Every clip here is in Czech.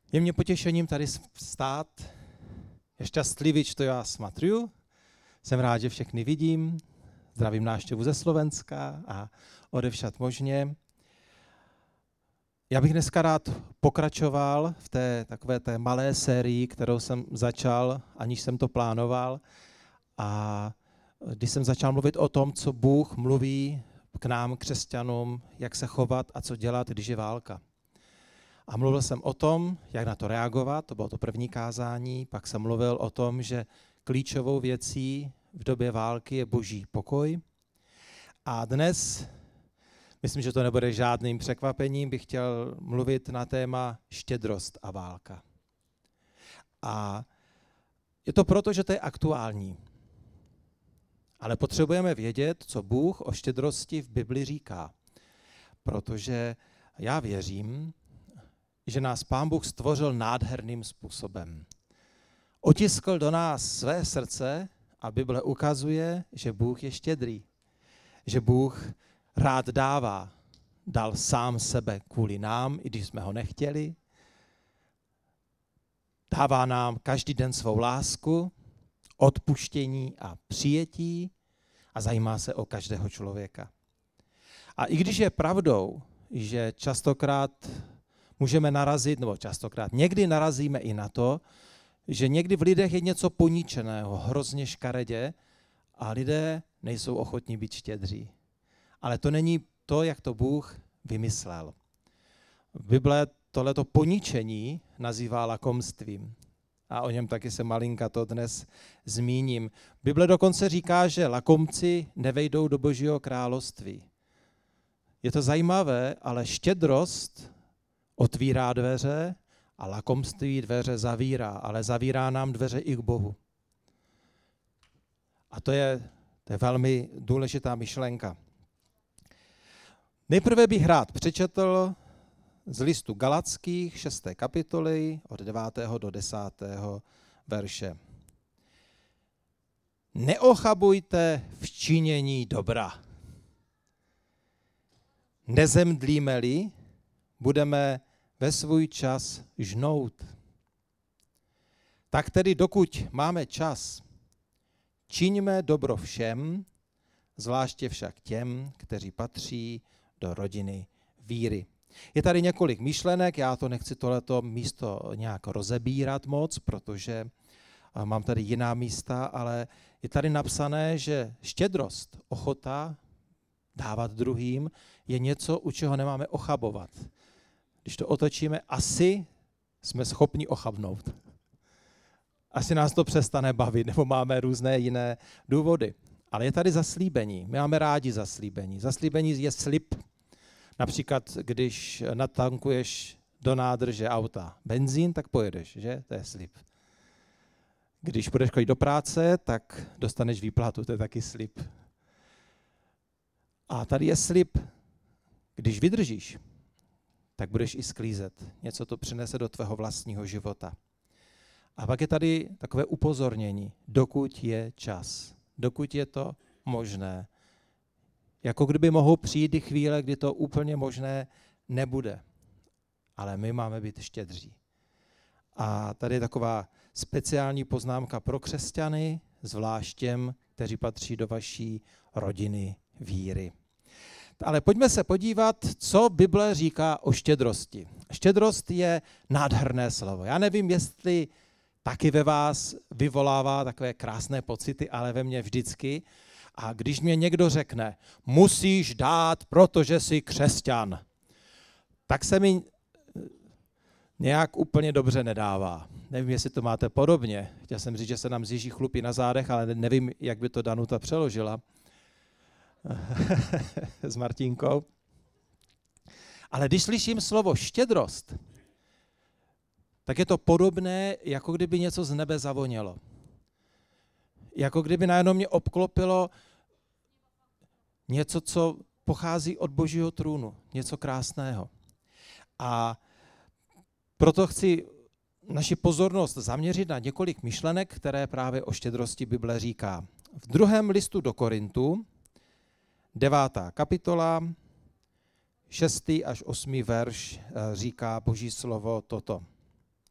Je mě potěšením tady stát. Je šťastlivý, že to já smatruju. Jsem rád, že všechny vidím. Zdravím návštěvu ze Slovenska a odevšad možně. Já bych dneska rád pokračoval v takové té malé sérii, kterou jsem začal, aniž jsem to plánoval. A když jsem začal mluvit o tom, co Bůh mluví k nám, křesťanům, jak se chovat a co dělat, když je válka. A mluvil jsem o tom, jak na to reagovat, to bylo to první kázání, pak jsem mluvil o tom, že klíčovou věcí v době války je boží pokoj. A dnes, myslím, že to nebude žádným překvapením, bych chtěl mluvit na téma štědrost a válka. A je to proto, že to je aktuální. Ale potřebujeme vědět, co Bůh o štědrosti v Bibli říká. Protože já věřím, že nás Pán Bůh stvořil nádherným způsobem. Otiskl do nás své srdce a Bible ukazuje, že Bůh je štědrý. Že Bůh rád dává. Dal sám sebe kvůli nám, i když jsme ho nechtěli. Dává nám každý den svou lásku, odpuštění a přijetí a zajímá se o každého člověka. A i když je pravdou, že častokrát můžeme narazit, nebo častokrát někdy narazíme i na to, že někdy v lidech je něco poničeného, hrozně škaredě a lidé nejsou ochotní být štědří. Ale to není to, jak to Bůh vymyslel. Bible tohleto poničení nazývá lakomstvím. A o něm taky se malinka to dnes zmíním. Bible dokonce říká, že lakomci nevejdou do Božího království. Je to zajímavé, ale štědrost otvírá dveře a lakomství dveře zavírá, ale zavírá nám dveře i k Bohu. A to je velmi důležitá myšlenka. Nejprve bych rád přečetl z listu Galatských 6. kapitoly od 9. do 10. verše. Neochabujte v činění dobra. Nezemdlíme-li, budeme ve svůj čas žnout. Tak tedy dokud máme čas, čiňme dobro všem, zvláště však těm, kteří patří do rodiny víry. Je tady několik myšlenek, já to nechci tohleto místo nějak rozebírat moc, protože mám tady jiná místa, ale je tady napsané, že štědrost, ochota dávat druhým, je něco, u čeho nemáme ochabovat. Když to otočíme, asi jsme schopni ochabnout. Asi nás to přestane bavit, nebo máme různé jiné důvody. Ale je tady zaslíbení. My máme rádi zaslíbení. Zaslíbení je slib. Například, když natankuješ do nádrže auta benzín, tak pojedeš, že? To je slib. Když budeš chodit do práce, tak dostaneš výplatu, to je taky slib. A tady je slib, když vydržíš, tak budeš i sklízet. Něco to přinese do tvého vlastního života. A pak je tady takové upozornění, dokud je čas, dokud je to možné. Jako kdyby mohou přijít i chvíle, kdy to úplně možné nebude. Ale my máme být štědří. A tady je taková speciální poznámka pro křesťany, zvlášť těm, kteří patří do vaší rodiny víry. Ale pojďme se podívat, co Bible říká o štědrosti. Štědrost je nádherné slovo. Já nevím, jestli taky ve vás vyvolává takové krásné pocity, ale ve mně vždycky. A když mě někdo řekne, musíš dát, protože jsi křesťan, tak se mi nějak úplně dobře nedává. Nevím, jestli to máte podobně. Chtěl jsem říct, že se nám zjíždí chlupy na zádech, ale nevím, jak by to Danuta přeložila s Martinkou. Ale když slyším slovo štědrost, tak je to podobné, jako kdyby něco z nebe zavonělo. Jako kdyby najednou mě obklopilo něco, co pochází od Božího trůnu, něco krásného. A proto chci naši pozornost zaměřit na několik myšlenek, které právě o štědrosti Bible říká. V 2. listu do Korintu, 9. kapitola, 6. až 8. verš říká Boží slovo toto.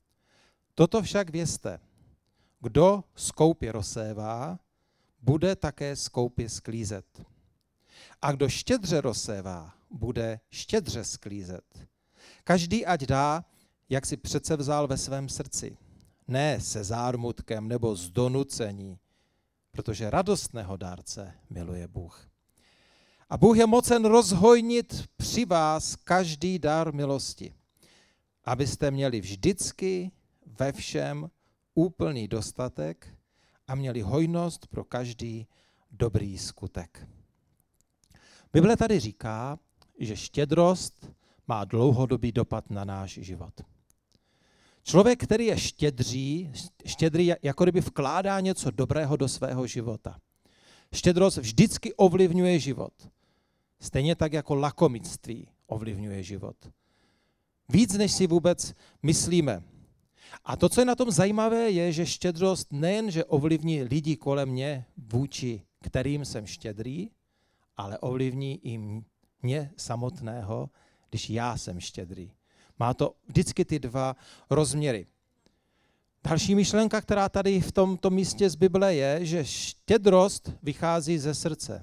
Toto však vězte, kdo skoupě rozsévá, bude také skoupě sklízet. A kdo štědře rozsévá, bude štědře sklízet. Každý ať dá, jak si přece vzal ve svém srdci. Ne se zármutkem nebo z donucení, protože radostného dárce miluje Bůh. A Bůh je mocen rozhojnit při vás každý dar milosti, abyste měli vždycky ve všem úplný dostatek a měli hojnost pro každý dobrý skutek. Bible tady říká, že štědrost má dlouhodobý dopad na náš život. Člověk, který je štědrý, jako kdyby vkládá něco dobrého do svého života. Štědrost vždycky ovlivňuje život. Stejně tak jako lakomictví ovlivňuje život. Víc, než si vůbec myslíme. A to, co je na tom zajímavé, je, že štědrost nejen, že ovlivní lidi kolem mě, vůči kterým jsem štědrý, ale ovlivní i mě samotného, když já jsem štědrý. Má to vždycky ty dva rozměry. Další myšlenka, která tady v tomto místě z Bible je, že štědrost vychází ze srdce.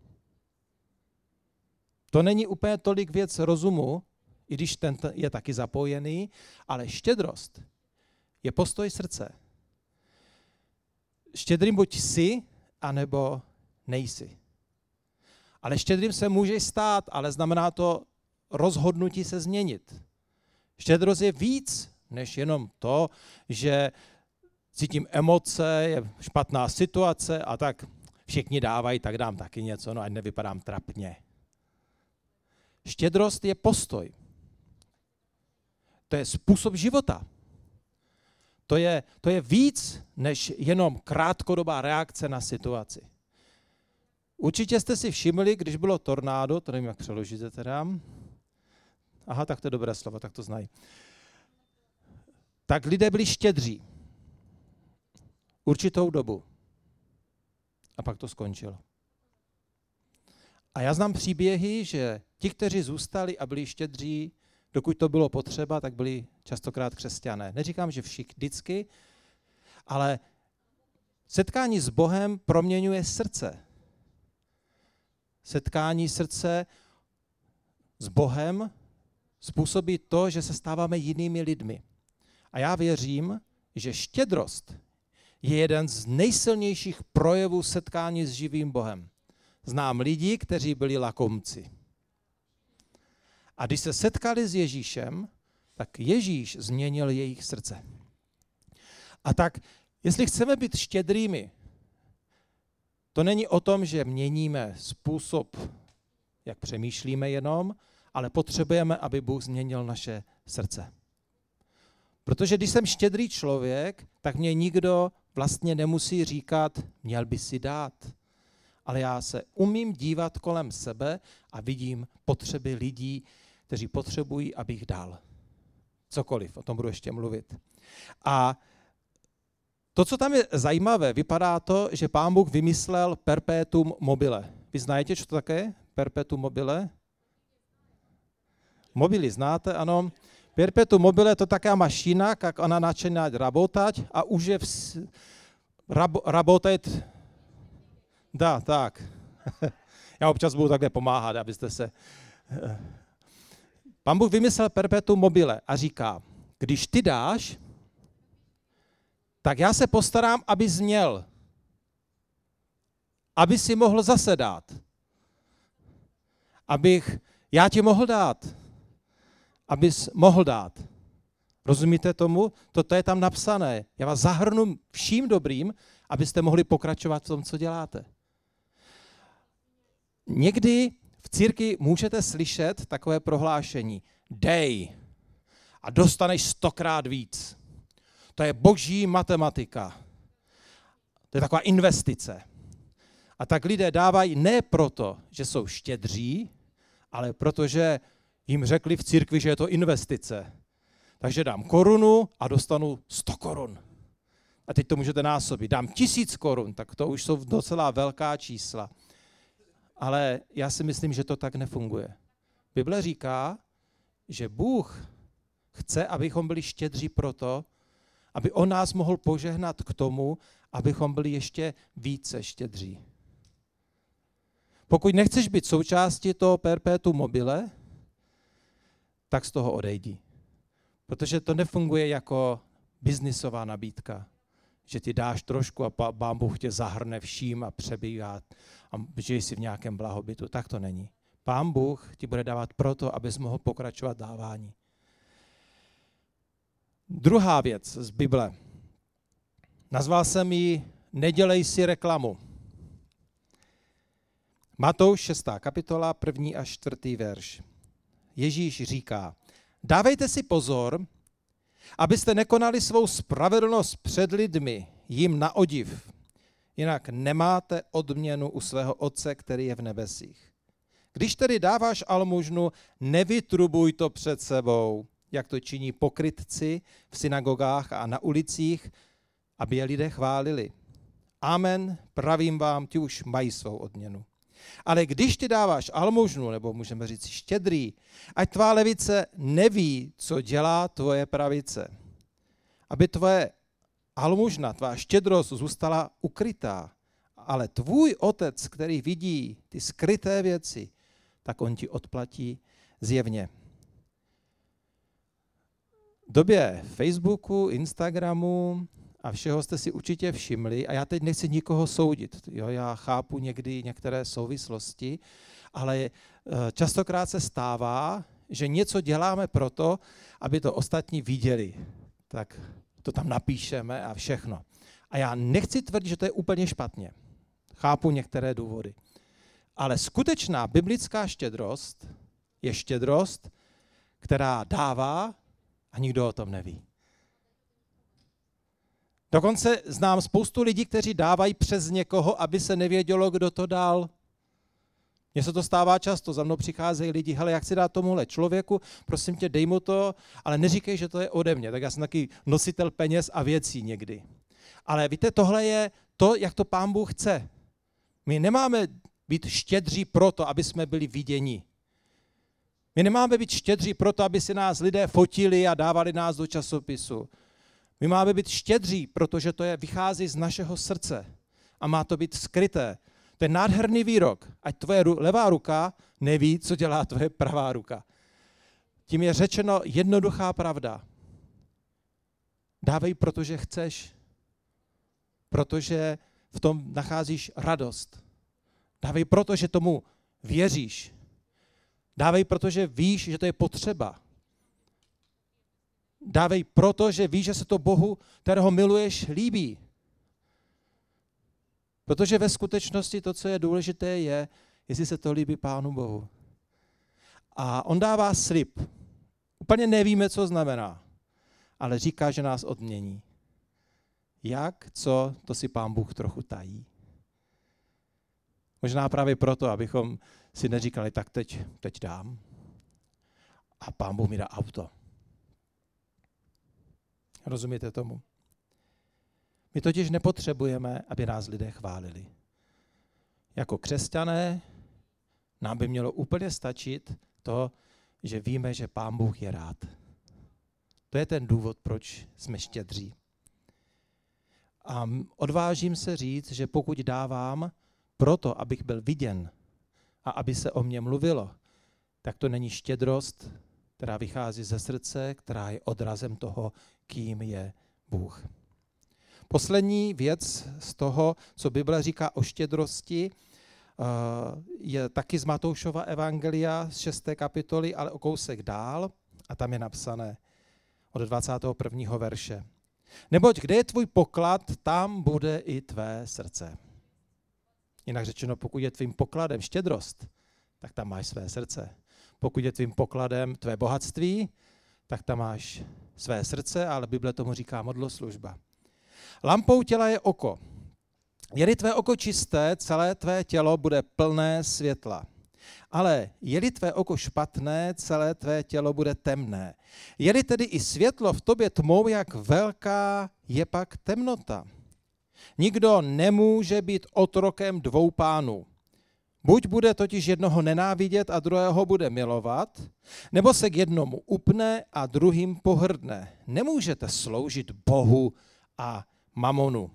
To není úplně tolik věc rozumu, i když ten je taky zapojený, ale štědrost je postoj srdce. Štědrým buď jsi, anebo nejsi. Ale štědrým se může stát, ale znamená to rozhodnutí se změnit. Štědrost je víc, než jenom to, že cítím emoce, je špatná situace a tak všichni dávají, tak dám taky něco, no ať nevypadám trapně. Štědrost je postoj. To je způsob života. To je víc, než jenom krátkodobá reakce na situaci. Určitě jste si všimli, když bylo tornádo, to nevím, jak přeložíte teda. Aha, tak to je dobré slovo, tak to znají. Tak lidé byli štědří určitou dobu. A pak to skončilo. A já znám příběhy, že ti, kteří zůstali a byli štědří, dokud to bylo potřeba, tak byli častokrát křesťané. Neříkám, že vždycky, ale setkání s Bohem proměňuje srdce. Setkání srdce s Bohem způsobí to, že se stáváme jinými lidmi. A já věřím, že štědrost je jeden z nejsilnějších projevů setkání s živým Bohem. Znám lidi, kteří byli lakomci. A když se setkali s Ježíšem, tak Ježíš změnil jejich srdce. A tak, jestli chceme být štědrými, to není o tom, že měníme způsob, jak přemýšlíme jenom, ale potřebujeme, aby Bůh změnil naše srdce. Protože když jsem štědrý člověk, tak mě nikdo vlastně nemusí říkat, měl by si dát. Ale já se umím dívat kolem sebe a vidím potřeby lidí, kteří potřebují, abych dal. Cokoliv, o tom budu ještě mluvit. A to, co tam je zajímavé, vypadá to, že Pán Bůh vymyslel perpetuum mobile. Vy znáte, co to také? Perpetuum mobile? Mobily znáte, ano. Perpetuum mobile to taká mašina, jak ona začíná работать a už je работает. Dá, tak. Já občas budu takhle pomáhat, abyste se... Pán Bůh vymyslel perpetuum mobile a říká, když ty dáš, tak já se postarám, abys měl. Aby si mohl zase dát. Abych já ti mohl dát. Abys mohl dát. Rozumíte tomu? Toto je tam napsané. Já vás zahrnu vším dobrým, abyste mohli pokračovat v tom, co děláte. Někdy v církvi můžete slyšet takové prohlášení. Dej a dostaneš 100krát víc. To je boží matematika. To je taková investice. A tak lidé dávají ne proto, že jsou štědří, ale protože jim řekli v církvi, že je to investice. Takže dám korunu a dostanu 100 korun. A teď to můžete násobit. Dám 1000 korun, tak to už jsou docela velká čísla. Ale já si myslím, že to tak nefunguje. Bible říká, že Bůh chce, abychom byli štědří proto, aby on nás mohl požehnat k tomu, abychom byli ještě více štědří. Pokud nechceš být součástí toho perpetuum mobile, tak z toho odejdi. Protože to nefunguje jako biznisová nabídka, že ty dáš trošku a Pán Bůh tě zahrne vším a přebíhá a žiješ si v nějakém blahobytu. Tak to není. Pán Bůh ti bude dávat proto, abys mohl pokračovat dávání. Druhá věc z Bible. Nazval jsem ji Nedělej si reklamu. Matouš 6. kapitola, 1. až 4. verš. Ježíš říká, dávejte si pozor, abyste nekonali svou spravedlnost před lidmi, jim na odiv, jinak nemáte odměnu u svého Otce, který je v nebesích. Když tedy dáváš almužnu, nevytrubuj to před sebou, jak to činí pokrytci v synagogách a na ulicích, aby je lidé chválili. Amen, pravím vám, ti už mají svou odměnu. Ale když ty dáváš almužnu, nebo můžeme říct štědrý, ať tvá levice neví, co dělá tvoje pravice. Aby tvoje almužna, tvá štědrost zůstala ukrytá. Ale tvůj Otec, který vidí ty skryté věci, tak on ti odplatí zjevně. V době Facebooku, Instagramu a všeho jste si určitě všimli, a já teď nechci nikoho soudit, jo, já chápu někdy některé souvislosti, ale častokrát se stává, že něco děláme proto, aby to ostatní viděli. Tak to tam napíšeme a všechno. A já nechci tvrdit, že to je úplně špatně. Chápu některé důvody. Ale skutečná biblická štědrost je štědrost, která dává a nikdo o tom neví. Dokonce znám spoustu lidí, kteří dávají přes někoho, aby se nevědělo, kdo to dal. Mně se to stává často, za mnou přicházejí lidi, hele, jak chci dát tomuhle člověku, prosím tě, dej mu to, ale neříkej, že to je ode mě. Tak já jsem taky nositel peněz a věcí někdy. Ale víte, tohle je to, jak to Pán Bůh chce. My nemáme být štědří proto, aby jsme byli viděni. My nemáme být štědří proto, aby si nás lidé fotili a dávali nás do časopisu. My máme být štědří, protože to vychází z našeho srdce a má to být skryté. To je nádherný výrok, ať tvoje levá ruka neví, co dělá tvoje pravá ruka. Tím je řečeno jednoduchá pravda. Dávej, protože chceš, protože v tom nacházíš radost. Dávej, protože tomu věříš. Dávej, protože víš, že to je potřeba. Dávej proto, že víš, že se to Bohu, kterého miluješ, líbí. Protože ve skutečnosti to, co je důležité, je, jestli se to líbí Pánu Bohu. A on dává slib. Úplně nevíme, co znamená, ale říká, že nás odmění. Jak, co, to si Pán Bůh trochu tají. Možná právě proto, abychom si neříkali, tak teď dám a Pán Bůh mi dá auto. Rozumíte tomu? My totiž nepotřebujeme, aby nás lidé chválili. Jako křesťané nám by mělo úplně stačit to, že víme, že Pán Bůh je rád. To je ten důvod, proč jsme štědří. A odvážím se říct, že pokud dávám proto, abych byl viděn a aby se o mě mluvilo, tak to není štědrost, která vychází ze srdce, která je odrazem toho, kým je Bůh. Poslední věc z toho, co Bible říká o štědrosti, je taky z Matoušova evangelia z 6. kapitoly, ale o kousek dál, a tam je napsané od 21. verše. Neboť kde je tvůj poklad, tam bude i tvé srdce. Jinak řečeno, pokud je tvým pokladem štědrost, tak tam máš své srdce. Pokud je tvým pokladem tvé bohatství, tak tam máš své srdce, ale Bible tomu říká modloslužba. Lampou těla je oko. Je-li tvé oko čisté, celé tvé tělo bude plné světla. Ale je-li tvé oko špatné, celé tvé tělo bude temné. Je-li tedy i světlo v tobě tmou, jak velká je pak temnota. Nikdo nemůže být otrokem dvou pánů. Buď bude totiž jednoho nenávidět a druhého bude milovat, nebo se k jednomu upne a druhým pohrdne. Nemůžete sloužit Bohu a mamonu.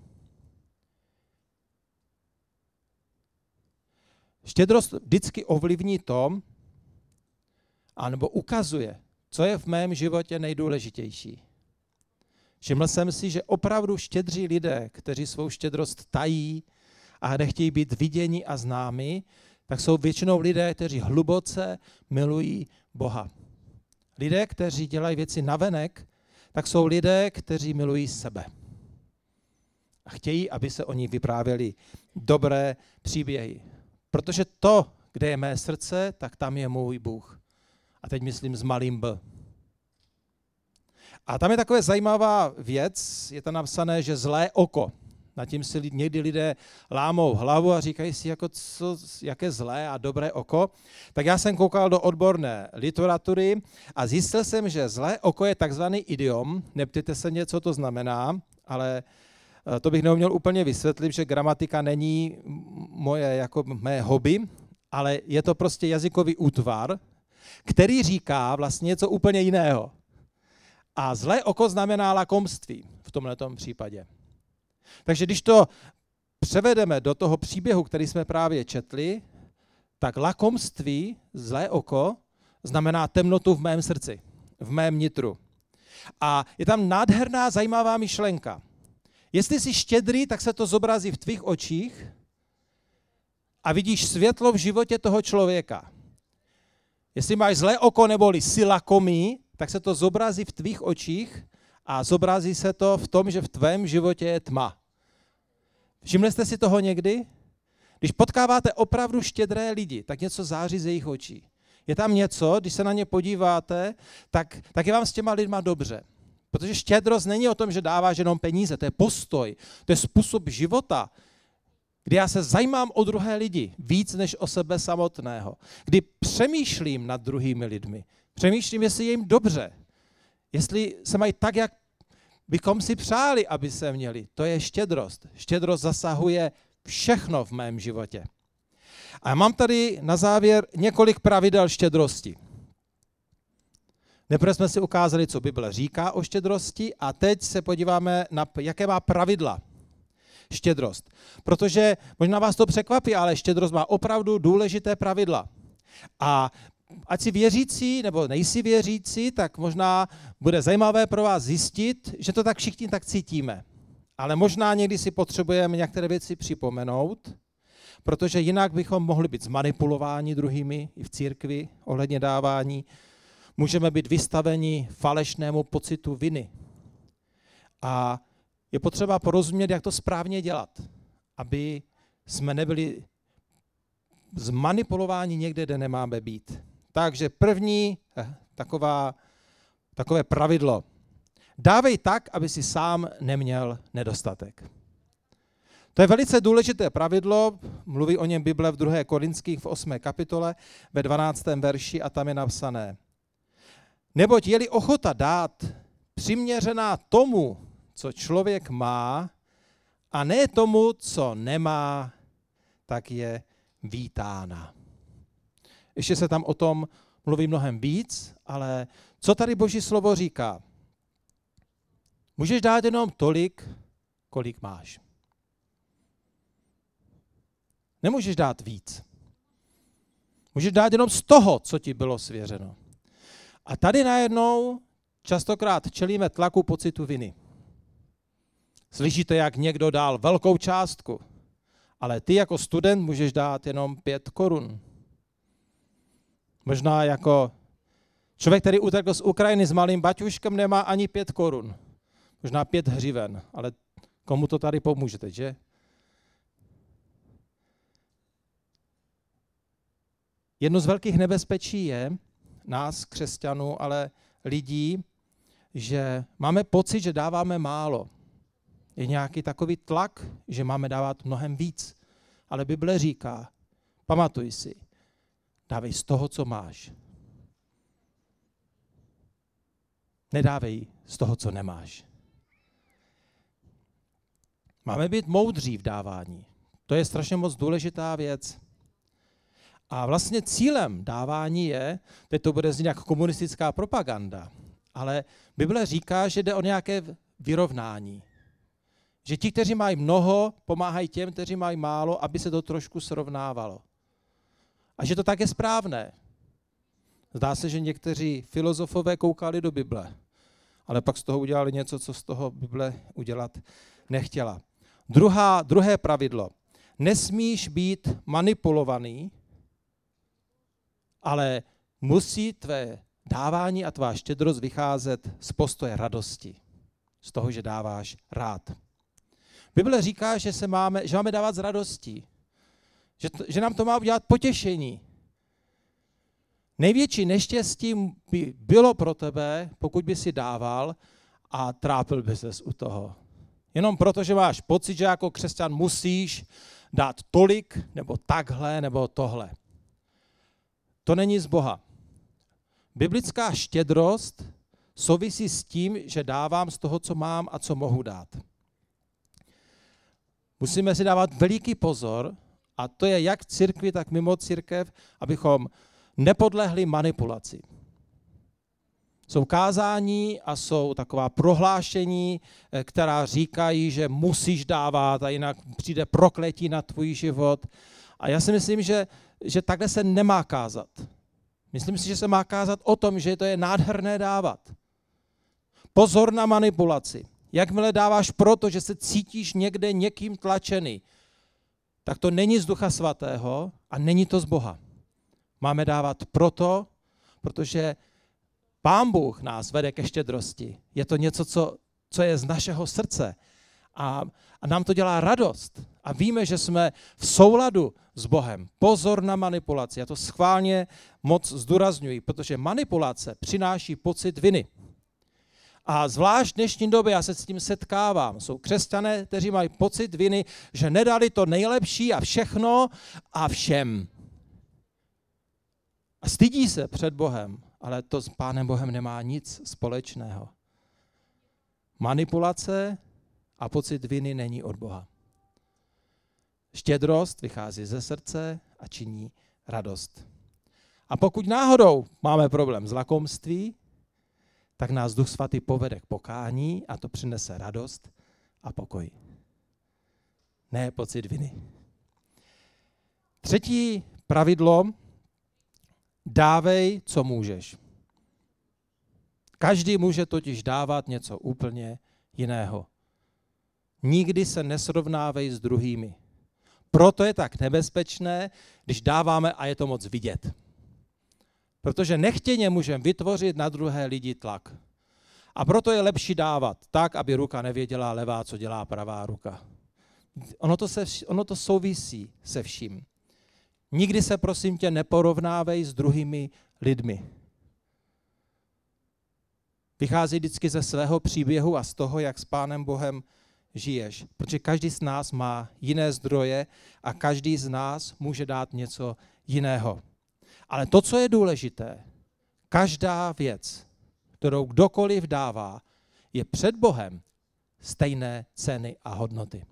Štědrost vždycky ovlivní to, anebo ukazuje, co je v mém životě nejdůležitější. Všiml jsem si, že opravdu štědří lidé, kteří svou štědrost tají a nechtějí být viděni a známi, tak jsou většinou lidé, kteří hluboce milují Boha. Lidé, kteří dělají věci navenek, tak jsou lidé, kteří milují sebe. A chtějí, aby se o ní vyprávěli dobré příběhy. Protože to, kde je mé srdce, tak tam je můj Bůh. A teď myslím s malým B. A tam je taková zajímavá věc, je tam napsané, že zlé oko. Nad tím si někdy lidé lámou hlavu a říkají si, jako jaké zlé a dobré oko. Tak já jsem koukal do odborné literatury a zjistil jsem, že zlé oko je takzvaný idiom. Neptejte se mě, co to znamená, ale to bych neuměl úplně vysvětlit, že gramatika není mé hobby, ale je to prostě jazykový útvar, který říká vlastně něco úplně jiného. A zlé oko znamená lakomství v tomhletom případě. Takže když to převedeme do toho příběhu, který jsme právě četli, tak lakomství, zlé oko, znamená temnotu v mém srdci, v mém nitru. A je tam nádherná, zajímavá myšlenka. Jestli jsi štědrý, tak se to zobrazí v tvých očích a vidíš světlo v životě toho člověka. Jestli máš zlé oko neboli jsi lakomý, tak se to zobrazí v tvých očích a zobrazí se to v tom, že v tvém životě je tma. Všimli jste si toho někdy? Když potkáváte opravdu štědré lidi, tak něco září z jejich očí. Je tam něco, když se na ně podíváte, tak je vám s těma lidma dobře. Protože štědrost není o tom, že dáváš jenom peníze, to je postoj, to je způsob života, kdy já se zajímám o druhé lidi víc než o sebe samotného. Kdy přemýšlím nad druhými lidmi. Přemýšlím, jestli je jim dobře. Jestli se mají tak, jak bychom si přáli, aby se měli. To je štědrost. Štědrost zasahuje všechno v mém životě. A já mám tady na závěr několik pravidel štědrosti. Nejprve jsme si ukázali, co Bible říká o štědrosti a teď se podíváme na jaké má pravidla štědrost. Protože možná vás to překvapí, ale štědrost má opravdu důležité pravidla. A ať si věřící nebo nejsi věřící, tak možná bude zajímavé pro vás zjistit, že to tak všichni tak cítíme. Ale možná někdy si potřebujeme některé věci připomenout, protože jinak bychom mohli být zmanipulováni druhými i v církvi ohledně dávání. Můžeme být vystaveni falešnému pocitu viny. A je potřeba porozumět, jak to správně dělat, aby jsme nebyli zmanipulováni někde, kde nemáme být. Takže první takové pravidlo. Dávej tak, aby si sám neměl nedostatek. To je velice důležité pravidlo, mluví o něm Bible v 2. Korinských v 8. kapitole ve 12. verši a tam je napsané. Neboť je-li ochota dát přiměřená tomu, co člověk má, a ne tomu, co nemá, tak je vítána. Ještě se tam o tom mluví mnohem víc, ale co tady Boží slovo říká? Můžeš dát jenom tolik, kolik máš. Nemůžeš dát víc. Můžeš dát jenom z toho, co ti bylo svěřeno. A tady najednou častokrát čelíme tlaku pocitu viny. Slyšíte, jak někdo dal velkou částku, ale ty jako student můžeš dát jenom 5 korun. Možná jako člověk, který utekl z Ukrajiny s malým baťuškem, nemá ani 5 korun. Možná 5 hřiven, ale komu to tady pomůže teď, že? Jedno z velkých nebezpečí je nás, křesťanů, ale lidí, že máme pocit, že dáváme málo. Je nějaký takový tlak, že máme dávat mnohem víc. Ale Bible říká, pamatuj si, dávej z toho, co máš. Nedávej z toho, co nemáš. Máme být moudří v dávání. To je strašně moc důležitá věc. A vlastně cílem dávání je, teď to bude znít jako komunistická propaganda, ale Bible říká, že jde o nějaké vyrovnání. Že ti, kteří mají mnoho, pomáhají těm, kteří mají málo, aby se to trošku srovnávalo. A že to tak je správné. Zdá se, že někteří filozofové koukali do Bible, ale pak z toho udělali něco, co z toho Bible udělat nechtěla. Druhé pravidlo. Nesmíš být manipulovaný, ale musí tvé dávání a tvá štědrost vycházet z postoje radosti. Z toho, že dáváš rád. Bible říká, že máme dávat s radostí. Že nám to má udělat potěšení. Největší neštěstí by bylo pro tebe, pokud by si dával a trápil by ses u toho. Jenom proto, že máš pocit, že jako křesťan musíš dát tolik, nebo takhle, nebo tohle. To není z Boha. Biblická štědrost souvisí s tím, že dávám z toho, co mám a co mohu dát. Musíme si dávat veliký pozor, a to je jak v církvi, tak mimo církev, abychom nepodlehli manipulaci. Jsou kázání a jsou taková prohlášení, která říkají, že musíš dávat a jinak přijde prokletí na tvůj život. A já si myslím, že takhle se nemá kázat. Myslím si, že se má kázat o tom, že to je nádherné dávat. Pozor na manipulaci. Jakmile dáváš proto, že se cítíš někde někým tlačený, tak to není z Ducha Svatého a není to z Boha. Máme dávat proto, protože Pán Bůh nás vede ke štědrosti. Je to něco, co je z našeho srdce. A nám to dělá radost. A víme, že jsme v souladu s Bohem. Pozor na manipulaci. Já to schválně moc zdůrazňuji, protože manipulace přináší pocit viny. A zvlášť v dnešní době já se s tím setkávám. Jsou křesťané, kteří mají pocit viny, že nedali to nejlepší a všechno a všem. A stydí se před Bohem, ale to s Pánem Bohem nemá nic společného. Manipulace a pocit viny není od Boha. Štědrost vychází ze srdce a činí radost. A pokud náhodou máme problém s lakomství, tak nás Duch Svatý povede k pokání a to přinese radost a pokoj. Ne pocit viny. Třetí pravidlo, dávej, co můžeš. Každý může totiž dávat něco úplně jiného. Nikdy se nesrovnávej s druhými. Proto je tak nebezpečné, když dáváme a je to moc vidět. Protože nechtěně můžeme vytvořit na druhé lidi tlak. A proto je lepší dávat tak, aby ruka nevěděla levá, co dělá pravá ruka. Ono to souvisí se vším. Nikdy se, prosím tě, neporovnávej s druhými lidmi. Vychází vždycky ze svého příběhu a z toho, jak s Pánem Bohem žiješ. Protože každý z nás má jiné zdroje a každý z nás může dát něco jiného. Ale to, co je důležité, každá věc, kterou kdokoliv dává, je před Bohem stejné ceny a hodnoty.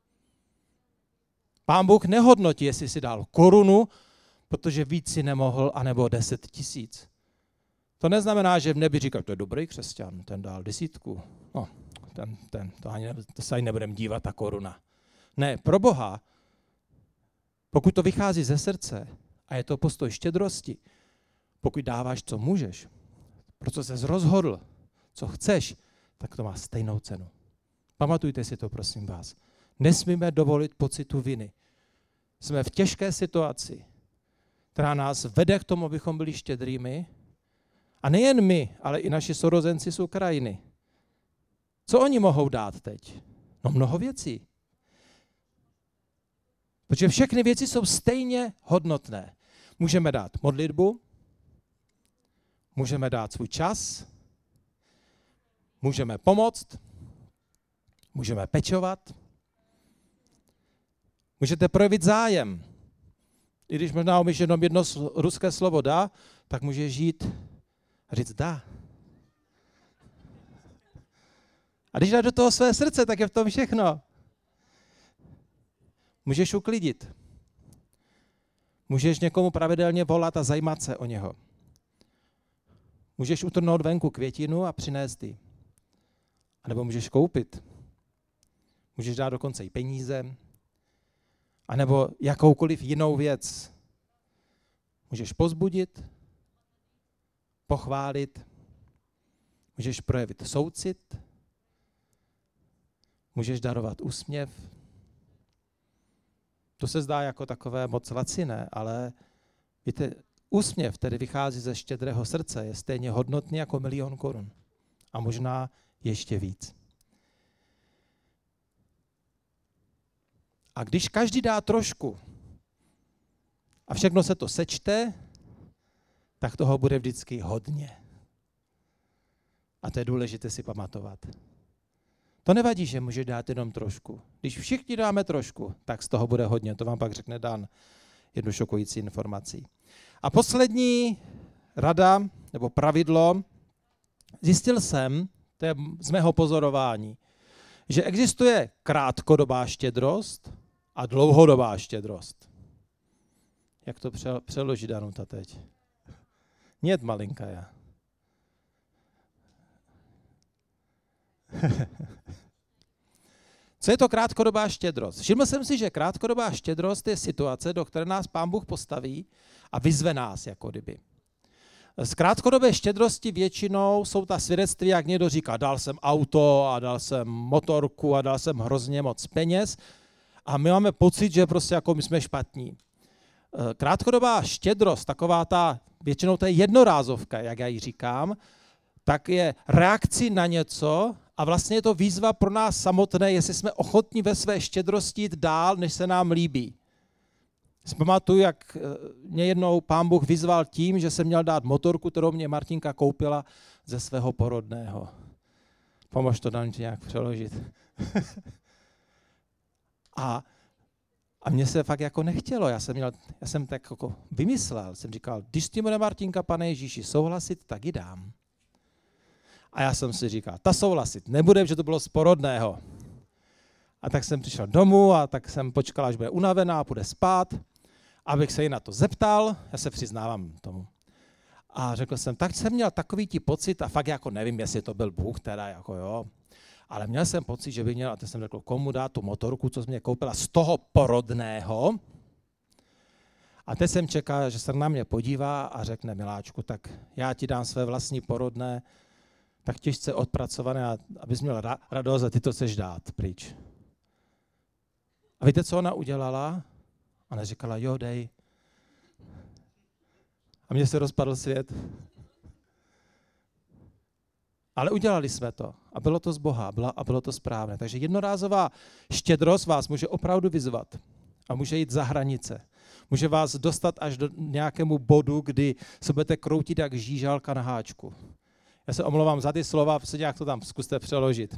Pán Bůh nehodnotí, jestli si dal korunu, protože víc si nemohl, anebo 10 000. To neznamená, že v nebi říká, to je dobrý křesťan, ten dal 10. No, to se ani nebudeme dívat, ta koruna. Ne, pro Boha, pokud to vychází ze srdce a je to postoj štědrosti, pokud dáváš, co můžeš, pro co ses rozhodl, co chceš, tak to má stejnou cenu. Pamatujte si to, prosím vás. Nesmíme dovolit pocitu viny. Jsme v těžké situaci, která nás vede k tomu, abychom byli štědrými. A nejen my, ale i naši sourozenci z Ukrajiny. Co oni mohou dát teď? No mnoho věcí. Protože všechny věci jsou stejně hodnotné. Můžeme dát modlitbu, můžeme dát svůj čas, můžeme pomoct, můžeme pečovat, můžete projevit zájem. I když možná umíš jenom jedno ruské slovo dá, tak můžeš žít a říct dá. A když dáš do toho své srdce, tak je v tom všechno. Můžeš uklidit. Můžeš někomu pravidelně volat a zajímat se o něho. Můžeš utrhnout venku květinu a přinést ji. A nebo můžeš koupit. Můžeš dát dokonce i peníze. A nebo jakoukoliv jinou věc. Můžeš povzbudit, pochválit, můžeš projevit soucit, můžeš darovat úsměv. To se zdá jako takové moc laciné, ale víte, úsměv, který vychází ze štědrého srdce, je stejně hodnotný jako 1 000 000 korun. A možná ještě víc. A když každý dá trošku a všechno se to sečte, tak toho bude vždycky hodně. A to je důležité si pamatovat. To nevadí, že může dát jenom trošku. Když všichni dáme trošku, tak z toho bude hodně. To vám pak řekne Dan jednu šokující informací. A poslední rada nebo pravidlo, zjistil jsem, to je z mého pozorování, že existuje krátkodobá štědrost a dlouhodobá štědrost. Jak to přeloží Danuta teď? Niet malinká já. Co je to krátkodobá štědrost? Všiml jsem si, že krátkodobá štědrost je situace, do které nás Pán Bůh postaví a vyzve nás, jako kdyby. Z krátkodobé štědrosti většinou jsou ta svědectví, jak někdo říká, dal jsem auto a dal jsem motorku a dal jsem hrozně moc peněz a my máme pocit, že prostě jako my jsme špatní. Krátkodobá štědrost, taková ta, většinou to je jednorázovka, jak já ji říkám, tak je reakcí na něco a vlastně je to výzva pro nás samotné, jestli jsme ochotní ve své štědrosti jít dál, než se nám líbí. Vzpamatuju, jak mě jednou Pán Bůh vyzval tím, že jsem měl dát motorku, kterou mě Martinka koupila ze svého porodného. Pomož to Dan nějak přeložit. A mně se fakt jako nechtělo, já jsem tak jako vymyslel, jsem říkal, když s tím bude Martinka, Pane Ježíši, souhlasit, tak ji dám. A já jsem si říkal, ta souhlasit nebude, že to bylo z porodného. A tak jsem přišel domů a tak jsem počkal, až bude unavená a půjde spát, abych se jí na to zeptal, já se přiznávám tomu. A řekl jsem, tak jsem měl takový ti pocit a fakt jako nevím, jestli to byl Bůh teda, jako jo, ale měl jsem pocit, že by měl, a teď jsem řekl, komu dát tu motorku, co jsi mě koupila z toho porodného. A teď jsem čekal, že se na mě podívá a řekne, miláčku, tak já ti dám své vlastní porodné, tak těžce odpracované, abys měl radost a ty to chceš dát pryč. A víte, co ona udělala? Ona říkala, jo, dej. A mně se rozpadl svět. Ale udělali jsme to. A bylo to z Boha a bylo to správné. Takže jednorázová štědrost vás může opravdu vyzvat. A může jít za hranice. Může vás dostat až do nějakému bodu, kdy se budete kroutit jak žížalka na háčku. Já se omlouvám za ty slova, nějak to tam zkuste přeložit.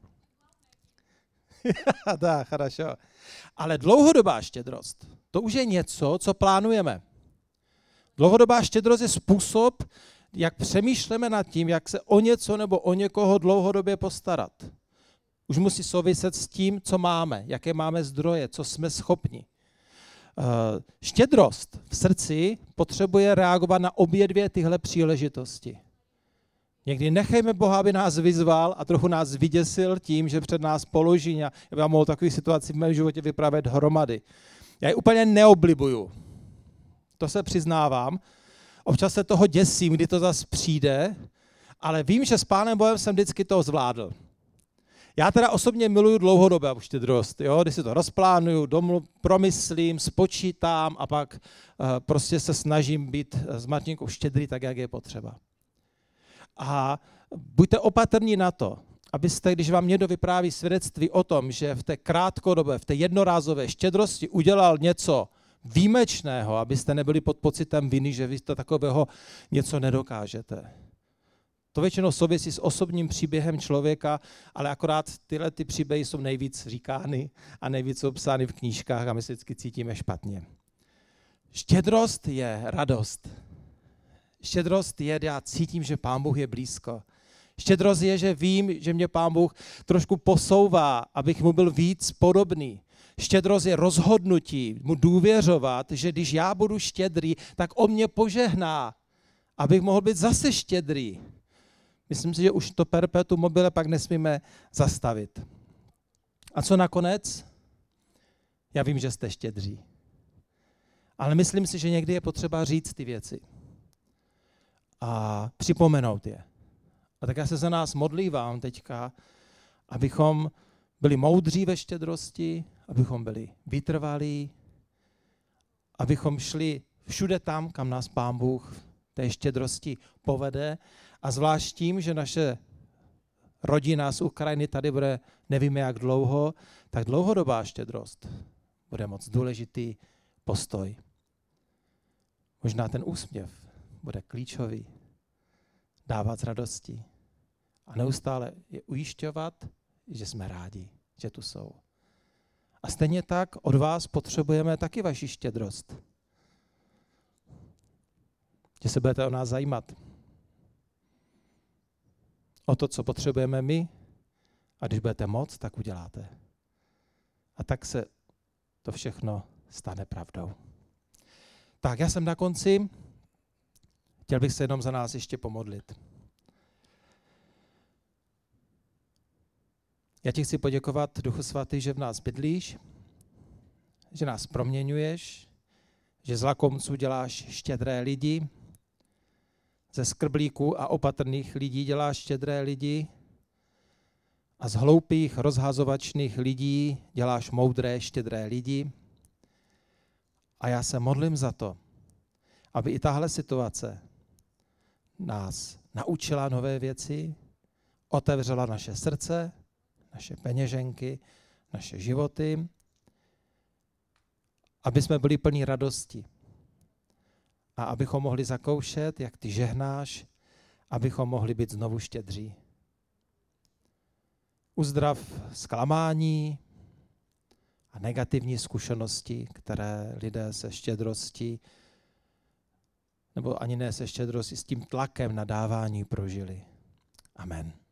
Tak, хорошо. Ale dlouhodobá štědrost, to už je něco, co plánujeme. Dlouhodobá štědrost je způsob, jak přemýšlíme nad tím, jak se o něco nebo o někoho dlouhodobě postarat. Už musí souviset s tím, co máme, jaké máme zdroje, co jsme schopni. Štědrost v srdci potřebuje reagovat na obě dvě tyhle příležitosti. Někdy nechejme Boha, aby nás vyzval a trochu nás vyděsil tím, že před nás položí. Já vám mohl takový situaci v mém životě vyprávět hromady. Já ji úplně neoblibuju. To se přiznávám. Občas se toho děsím, kdy to zas přijde, ale vím, že s Pánem Bohem jsem vždycky to zvládl. Já teda osobně miluju dlouhodobou štědrost, jo? Když si to rozplánuju, promyslím, spočítám a pak prostě se snažím být s Martinkou štědrý tak, jak je potřeba. A buďte opatrní na to, abyste, když vám někdo vypráví svědectví o tom, že v té krátkodobé, v té jednorázové štědrosti udělal něco výjimečného, abyste nebyli pod pocitem viny, že vy to takového něco nedokážete. To většinou souvisí s osobním příběhem člověka, ale akorát tyhle ty příběhy jsou nejvíc říkány a nejvíc jsou psány v knížkách a my se vždycky cítíme špatně. Štědrost je radost. Štědrost je, já cítím, že Pán Bůh je blízko. Štědrost je, že vím, že mě Pán Bůh trošku posouvá, abych mu byl víc podobný. Štědrost je rozhodnutí, mu důvěřovat, že když já budu štědrý, tak on mě požehná, abych mohl být zase štědrý. Myslím si, že už to perpetuum mobile pak nesmíme zastavit. A co nakonec? Já vím, že jste štědří. Ale myslím si, že někdy je potřeba říct ty věci a připomenout je. A tak já se za nás modlívám teďka, abychom byli moudří ve štědrosti, abychom byli vytrvalí, abychom šli všude tam, kam nás Pán Bůh té štědrosti povede, a zvlášť tím, že naše rodina z Ukrajiny tady bude nevíme jak dlouho, tak dlouhodobá štědrost bude moc důležitý postoj. Možná ten úsměv bude klíčový, dávat z radosti a neustále je ujišťovat, že jsme rádi, že tu jsou. A stejně tak od vás potřebujeme taky vaši štědrost. Že se budete o nás zajímat. O to, co potřebujeme my, a když budete moc, tak uděláte. A tak se to všechno stane pravdou. Tak, já jsem na konci. Chtěl bych se jenom za nás ještě pomodlit. Já ti chci poděkovat, Duchu Svatý, že v nás bydlíš, že nás proměňuješ, že z lakomců děláš štědré lidi, ze skrblíků a opatrných lidí děláš štědré lidi a z hloupých, rozhazovačných lidí děláš moudré, štědré lidi. A já se modlím za to, aby i tahle situace nás naučila nové věci, otevřela naše srdce, naše peněženky, naše životy, aby jsme byli plní radosti a abychom mohli zakoušet, jak ty žehnáš, abychom mohli být znovu štědří. Uzdrav zklamání a negativní zkušenosti, které lidé se štědrostí, nebo ani ne se štědrostí, s tím tlakem na dávání prožili. Amen.